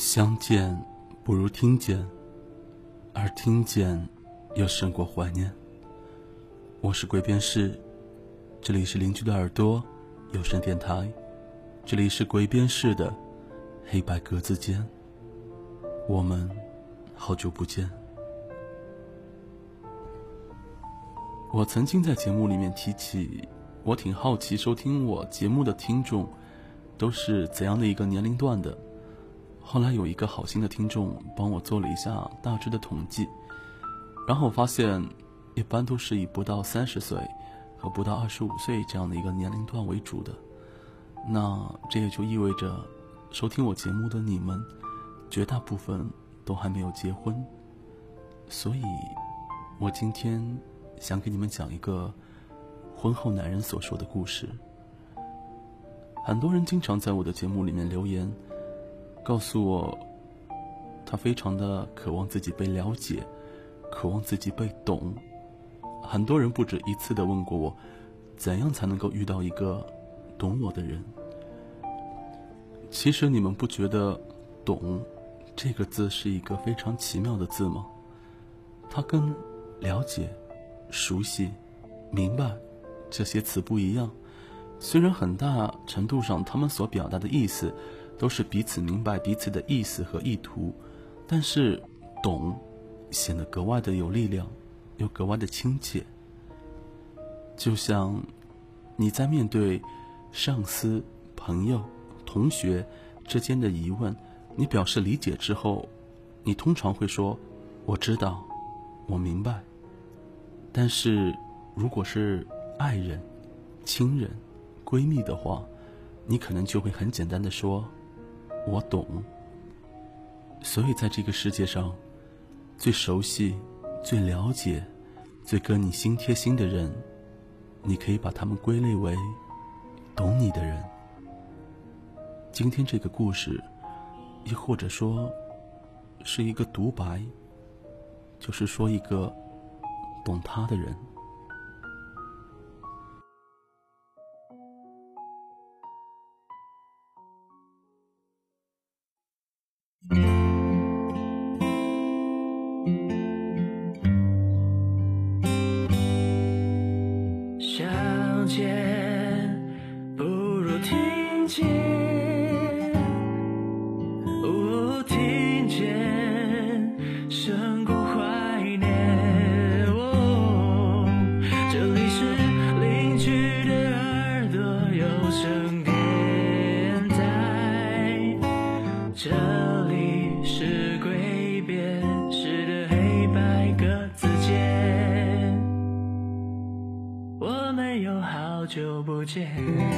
相见不如听见，而听见又胜过怀念。我是鬼边士，这里是邻居的耳朵有声电台，这里是鬼边士的黑白格子间。我们好久不见。我曾经在节目里面提起，我挺好奇收听我节目的听众都是怎样的一个年龄段的。后来有一个好心的听众帮我做了一下大致的统计，然后我发现一般都是以不到30岁和不到25岁这样的一个年龄段为主的。那这也就意味着收听我节目的你们绝大部分都还没有结婚。所以我今天想给你们讲一个婚后男人所说的故事。很多人经常在我的节目里面留言告诉我，他非常的渴望自己被了解，渴望自己被懂。很多人不止一次的问过我，怎样才能够遇到一个懂我的人。其实你们不觉得懂这个字是一个非常奇妙的字吗？它跟了解、熟悉、明白这些词不一样，虽然很大程度上他们所表达的意思都是彼此明白彼此的意思和意图，但是懂显得格外的有力量，又格外的亲切。就像你在面对上司、朋友、同学之间的疑问，你表示理解之后，你通常会说我知道，我明白。但是如果是爱人、亲人、闺蜜的话，你可能就会很简单的说我懂。所以在这个世界上，最熟悉、最了解、最跟你心贴心的人，你可以把他们归类为懂你的人。今天这个故事，亦或者说是一个独白，就是说一个懂他的人。 相见不如听见，听见胜过怀念。这里是邻居的耳朵有声电台，这里是鬼边士的黑白格子间，我们有好久不见。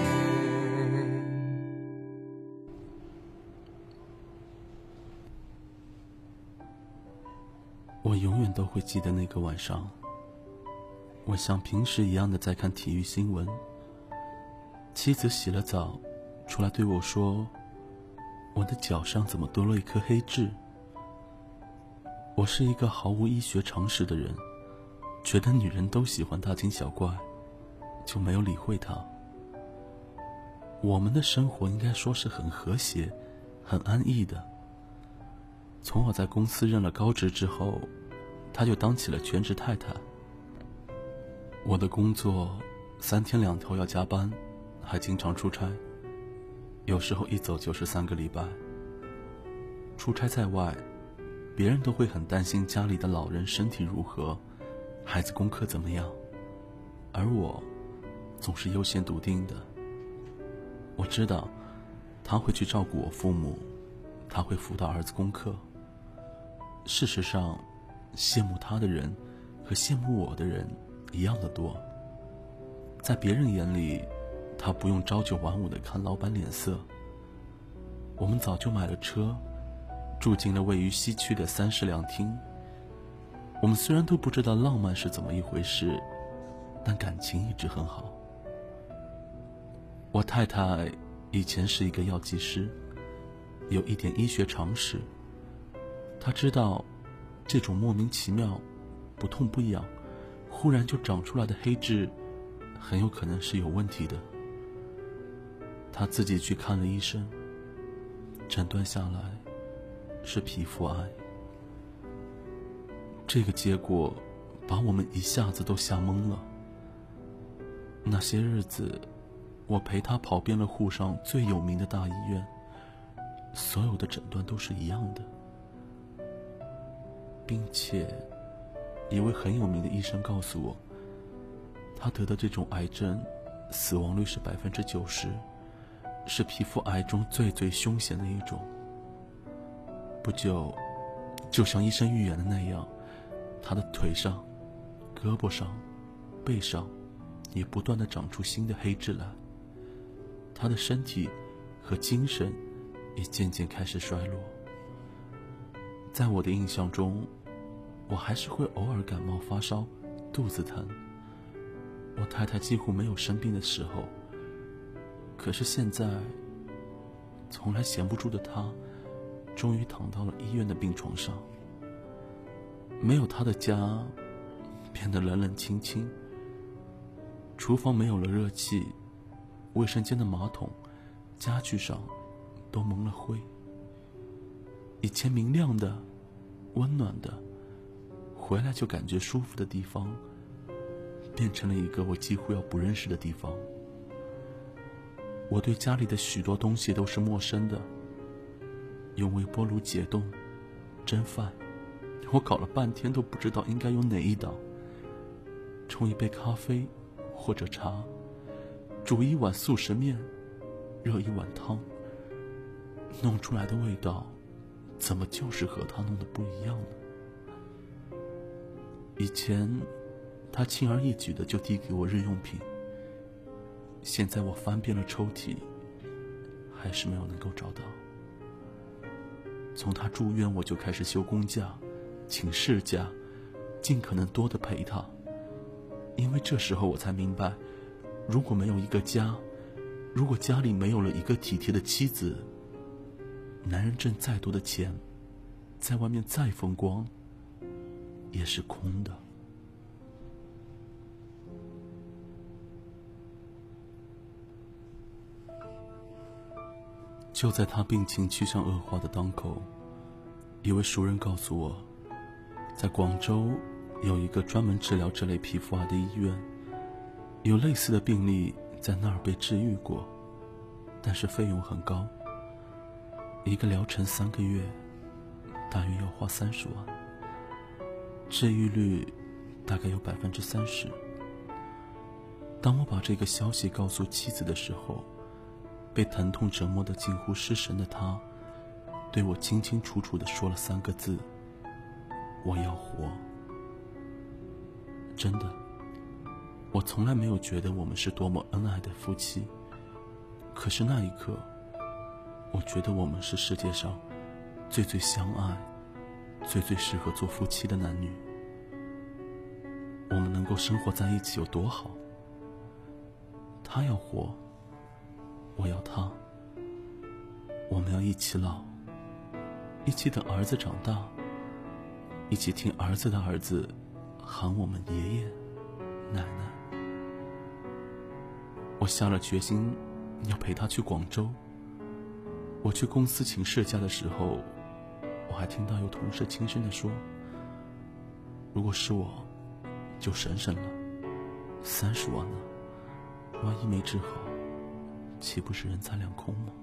我永远都会记得那个晚上，我像平时一样的在看体育新闻，妻子洗了澡出来对我说，我的脚上怎么多了一颗黑痣。我是一个毫无医学常识的人，觉得女人都喜欢大惊小怪，就没有理会她。我们的生活应该说是很和谐、很安逸的。从我在公司任了高职之后，她就当起了全职太太。我的工作3天2头要加班，还经常出差，有时候一走就是3个礼拜。出差在外，别人都会很担心家里的老人身体如何，孩子功课怎么样，而我总是优先笃定的。我知道他会去照顾我父母，他会辅导儿子功课。事实上，羡慕他的人和羡慕我的人一样的多。在别人眼里，他不用朝9晚5的看老板脸色。我们早就买了车，住进了位于西区的3室2厅。我们虽然都不知道浪漫是怎么一回事，但感情一直很好。我太太以前是一个药剂师，有一点医学常识。她知道这种莫名其妙、不痛不痒、忽然就长出来的黑痣很有可能是有问题的。她自己去看了医生，诊断下来是皮肤癌。这个结果把我们一下子都吓懵了。那些日子，我陪他跑遍了沪上最有名的大医院，所有的诊断都是一样的，并且一位很有名的医生告诉我，他得的这种癌症死亡率是90%，是皮肤癌中最凶险的一种。不久，就像医生预言的那样，他的腿上、胳膊上、背上也不断地长出新的黑痣来，他的身体和精神也渐渐开始衰落。在我的印象中，我还是会偶尔感冒发烧、肚子疼，我太太几乎没有生病的时候。可是现在，从来闲不住的她终于躺到了医院的病床上。没有她的家变得冷冷清清，厨房没有了热气，卫生间的马桶、家具上都蒙了灰。以前明亮的、温暖的，回来就感觉舒服的地方，变成了一个我几乎要不认识的地方。我对家里的许多东西都是陌生的，用微波炉解冻、蒸饭，我搞了半天都不知道应该用哪一档。冲一杯咖啡或者茶，煮一碗速食面，热一碗汤，弄出来的味道怎么就是和他弄的不一样呢？以前他轻而易举的就递给我日用品，现在我翻遍了抽屉，还是没有能够找到。从他住院我就开始休公假、请事假，尽可能多的陪他。因为这时候我才明白，如果没有一个家，如果家里没有了一个体贴的妻子，男人挣再多的钱，在外面再风光，也是空的。就在他病情趋向恶化的当口，一位熟人告诉我，在广州有一个专门治疗这类皮肤癌的医院，有类似的病例在那儿被治愈过，但是费用很高，一个疗程3个月，大约要花30万，治愈率大概有30%。当我把这个消息告诉妻子的时候，被疼痛折磨得近乎失神的他，对我清清楚楚地说了3个字：我要活。真的，我从来没有觉得我们是多么恩爱的夫妻，可是那一刻，我觉得我们是世界上最相爱、最适合做夫妻的男女。我们能够生活在一起有多好？他要活，我要他，我们要一起老，一起等儿子长大，一起听儿子的儿子喊我们爷爷、奶奶。我下了决心要陪他去广州。我去公司请事假的时候，我还听到有同事轻声地说，如果是我，就省了，30万呢，万一没治好，岂不是人财两空吗？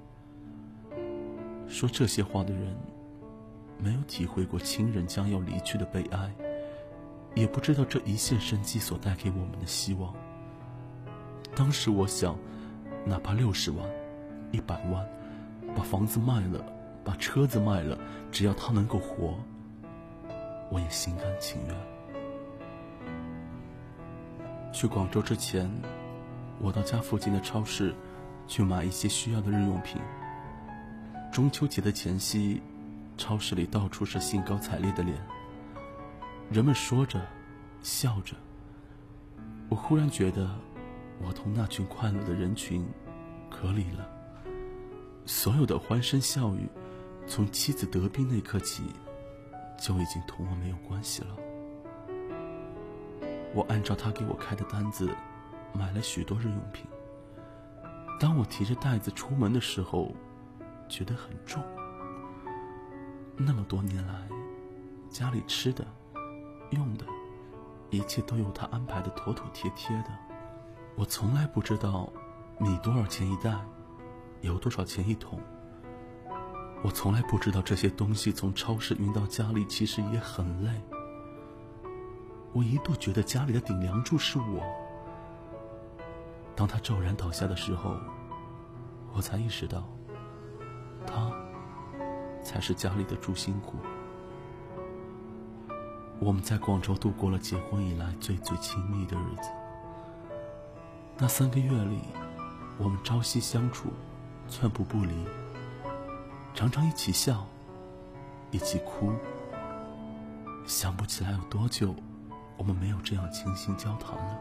说这些话的人，没有体会过亲人将要离去的悲哀，也不知道这一线生机所带给我们的希望。当时我想，哪怕60万、100万，把房子卖了，把车子卖了，只要他能够活，我也心甘情愿。去广州之前，我到家附近的超市去买一些需要的日用品。中秋节的前夕，超市里到处是兴高采烈的脸，人们说着笑着。我忽然觉得我同那群快乐的人群隔离了，所有的欢声笑语从妻子得病那刻起就已经同我没有关系了。我按照他给我开的单子买了许多日用品，当我提着袋子出门的时候，觉得很重。 那么多年来，家里吃的、用的，一切都有他安排的妥妥帖帖的。我从来不知道米多少钱一袋，油多少钱一桶。我从来不知道这些东西从超市运到家里其实也很累。我一度觉得家里的顶梁柱是我。当他骤然倒下的时候，我才意识到，他才是家里的主心骨。我们在广州度过了结婚以来最亲密的日子。那3个月里，我们朝夕相处，寸步不离，常常一起笑，一起哭。想不起来有多久我们没有这样倾心交谈了。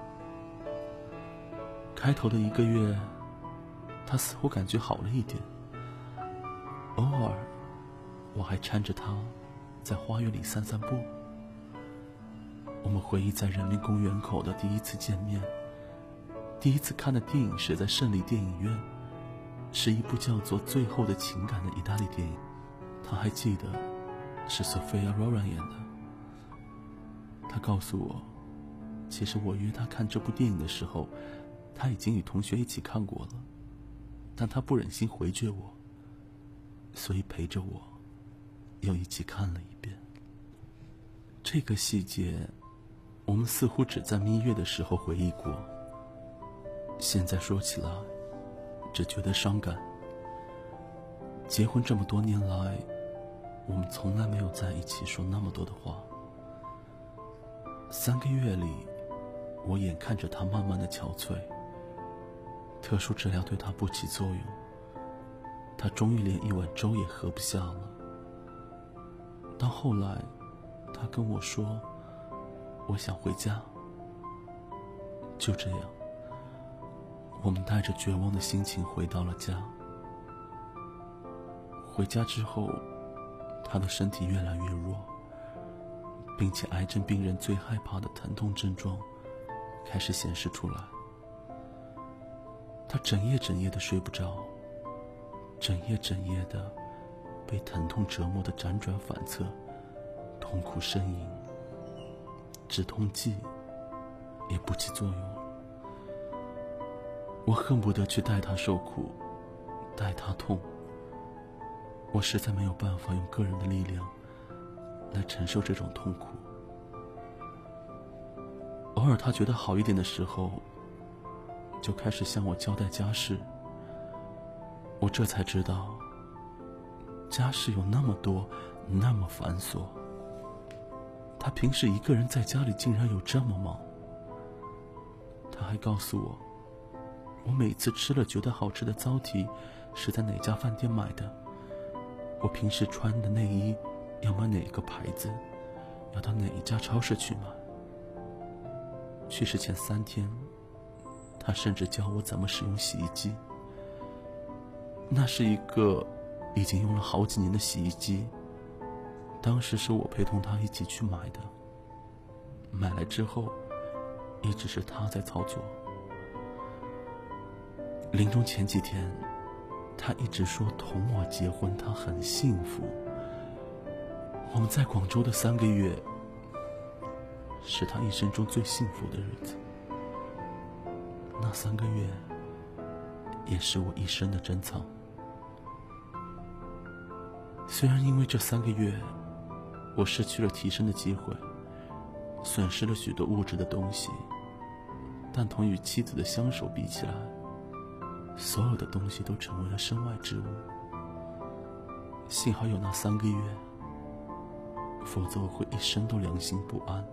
开头的1个月，他似乎感觉好了一点，偶尔我还搀着他在花园里散散步。我们回忆在人民公园口的第一次见面，第一次看的电影是在胜利电影院，是一部叫做《最后的情感》的意大利电影。他还记得是 Sophia Loren 演的。他告诉我，其实我约他看这部电影的时候，他已经与同学一起看过了，但他不忍心回绝我，所以陪着我又一起看了一遍。这个细节我们似乎只在蜜月的时候回忆过，现在说起来只觉得伤感。结婚这么多年来，我们从来没有在一起说那么多的话。3个月里，我眼看着他慢慢的憔悴，特殊治疗对他不起作用，他终于连一碗粥也喝不下了。到后来他跟我说，我想回家。就这样，我们带着绝望的心情回到了家。回家之后，他的身体越来越弱，并且癌症病人最害怕的疼痛症状开始显示出来。他整夜的睡不着，整夜的被疼痛折磨的辗转反侧，痛苦呻吟，止痛剂也不起作用了。我恨不得去带他受苦，带他痛。我实在没有办法用个人的力量来承受这种痛苦。偶尔他觉得好一点的时候，就开始向我交代家事。我这才知道，家事有那么多，那么繁琐。他平时一个人在家里竟然有这么忙。他还告诉我，我每次吃了觉得好吃的糟蹄是在哪家饭店买的，我平时穿的内衣要买哪个牌子，要到哪一家超市去买。去世前3天，他甚至教我怎么使用洗衣机。那是一个已经用了好几年的洗衣机，当时是我陪同他一起去买的。买来之后，一直是他在操作。临终前几天，他一直说同我结婚他很幸福。我们在广州的3个月，是他一生中最幸福的日子。那3个月，也是我一生的珍藏。虽然因为这3个月，我失去了提升的机会，损失了许多物质的东西，但同与妻子的相守比起来，所有的东西都成为了身外之物。幸好有那3个月，否则我会一生都良心不安。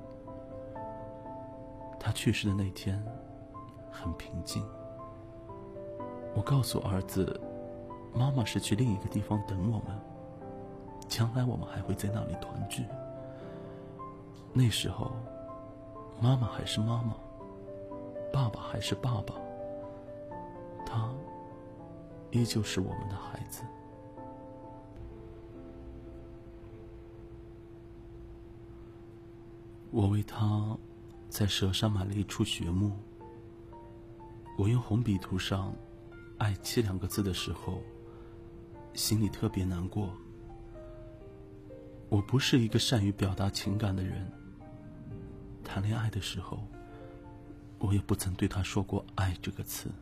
他去世的那天很平静。我告诉儿子，妈妈是去另一个地方等我们，将来我们还会在那里团聚。那时候，妈妈还是妈妈，爸爸还是爸爸，他依旧是我们的孩子。我为他在佘山买了一处穴墓。我用红笔涂上“爱妻”2个字的时候，心里特别难过。 我不是一个善于表达情感的人，谈恋爱的时候，我也不曾对他说过爱这个词。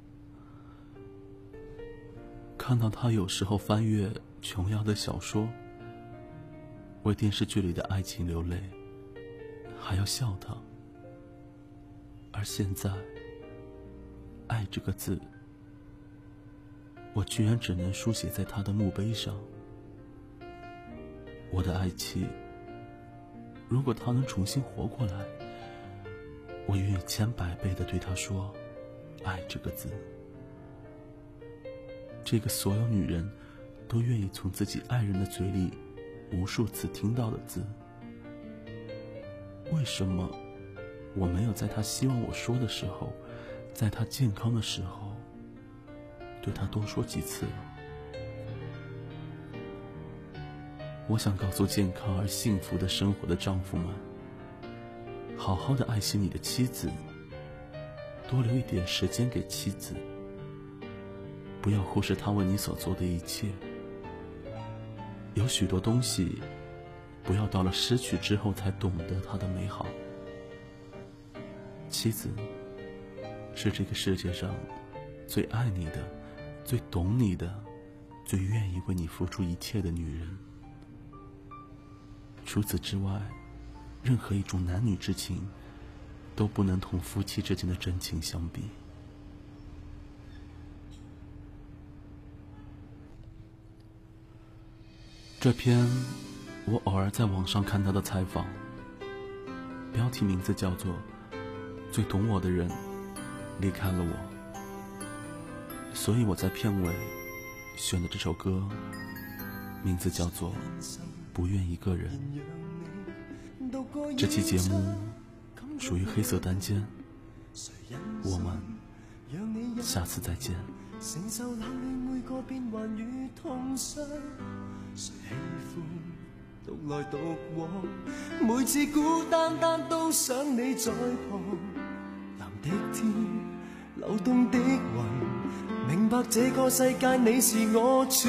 看到他有时候翻阅琼瑶的小说，为电视剧里的爱情流泪，还要笑他。而现在，爱这个字，我居然只能书写在他的墓碑上。我的爱妻，如果他能重新活过来，我愿意1000百倍地对他说爱这个字，这个所有女人都愿意从自己爱人的嘴里无数次听到的字。为什么我没有在他希望我说的时候，在他健康的时候，对他多说几次了？我想告诉健康而幸福的生活的丈夫们，好好的爱惜你的妻子，多留一点时间给妻子，不要忽视她为你所做的一切。有许多东西，不要到了失去之后才懂得它的美好。妻子是这个世界上最爱你的、最懂你的、最愿意为你付出一切的女人。除此之外，任何一种男女之情都不能同夫妻之间的真情相比。这篇我偶尔在网上看到的采访，标题名字叫做《最懂我的人离开了我》，所以我在片尾选的这首歌名字叫做《不愿一个人》。这期节目属于黑色单间，我们下次再见。承受冷暖每个变幻与痛伤，谁喜欢独来独往？每次孤单单都想你在旁。蓝的天，流动的云，明白这个世界你是我曙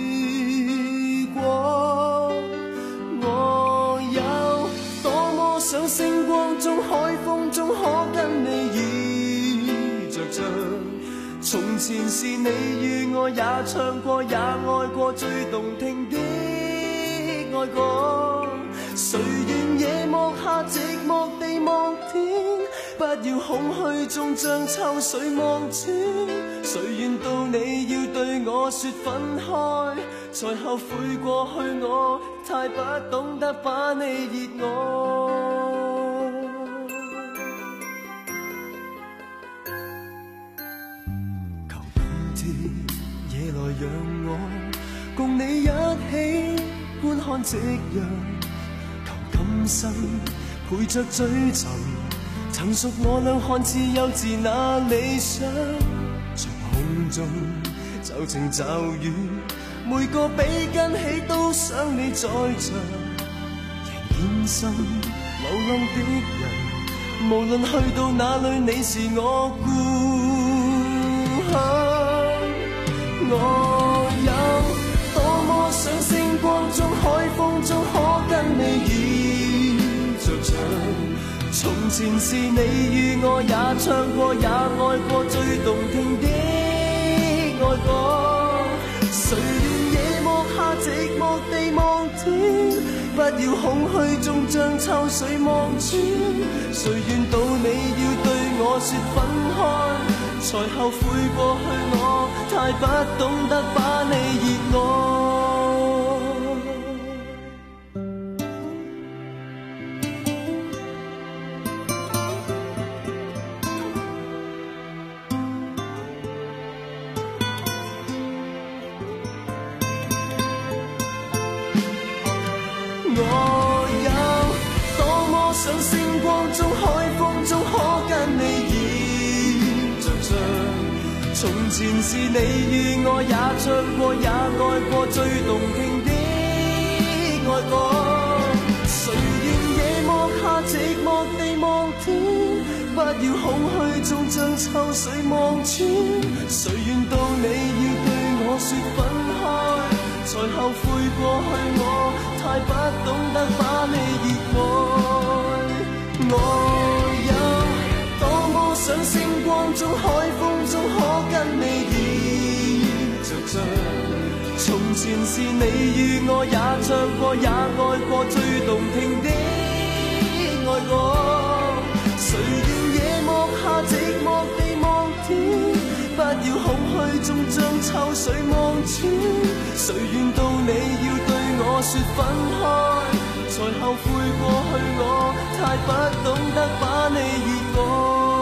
光。我有多么想星光中、海风中可跟你倚着唱。从前是你与我也唱过也愛過最動聽的愛歌，誰願夜幕下寂寞地望天，不要空虛中將秋水望穿，誰願到你要對我說分開，才後悔過去我太不懂得把你熱愛。夜來讓我共你一起觀看夕陽，求今生陪着追尋，曾屬我倆看似幼稚那理想，從空中驟晴驟雨，每個比跟起都想你在場，仍現身流浪的人，無論去到哪裏你是我故鄉。我有多麼想星光中、海風中可跟你倚着唱，從前是你與我也唱過也愛過最動聽的愛歌，誰願夜幕下寂寞地望天，不要空虛中將秋水望穿，誰願到你要對我說分開，才後悔過去我太不懂得把你熱愛。我有多麼想星光中、海風中可跟你倚着唱，從前是你與我也唱過也愛過最動聽的愛歌，誰願夜幕下寂寞地望天，不要空虛中將秋水望穿，誰願到你要對我說分開， 才後悔過去我太不懂得把你熱愛。我有多麼想星光中海風中可跟你熱着醉，從前是你與我也唱過也愛過最動聽的愛歌，誰願夜幕下寂寞地望天，不要空虛中將秋水望穿，誰願到你要對我說分開，才後悔過去我太不懂得把你熱愛。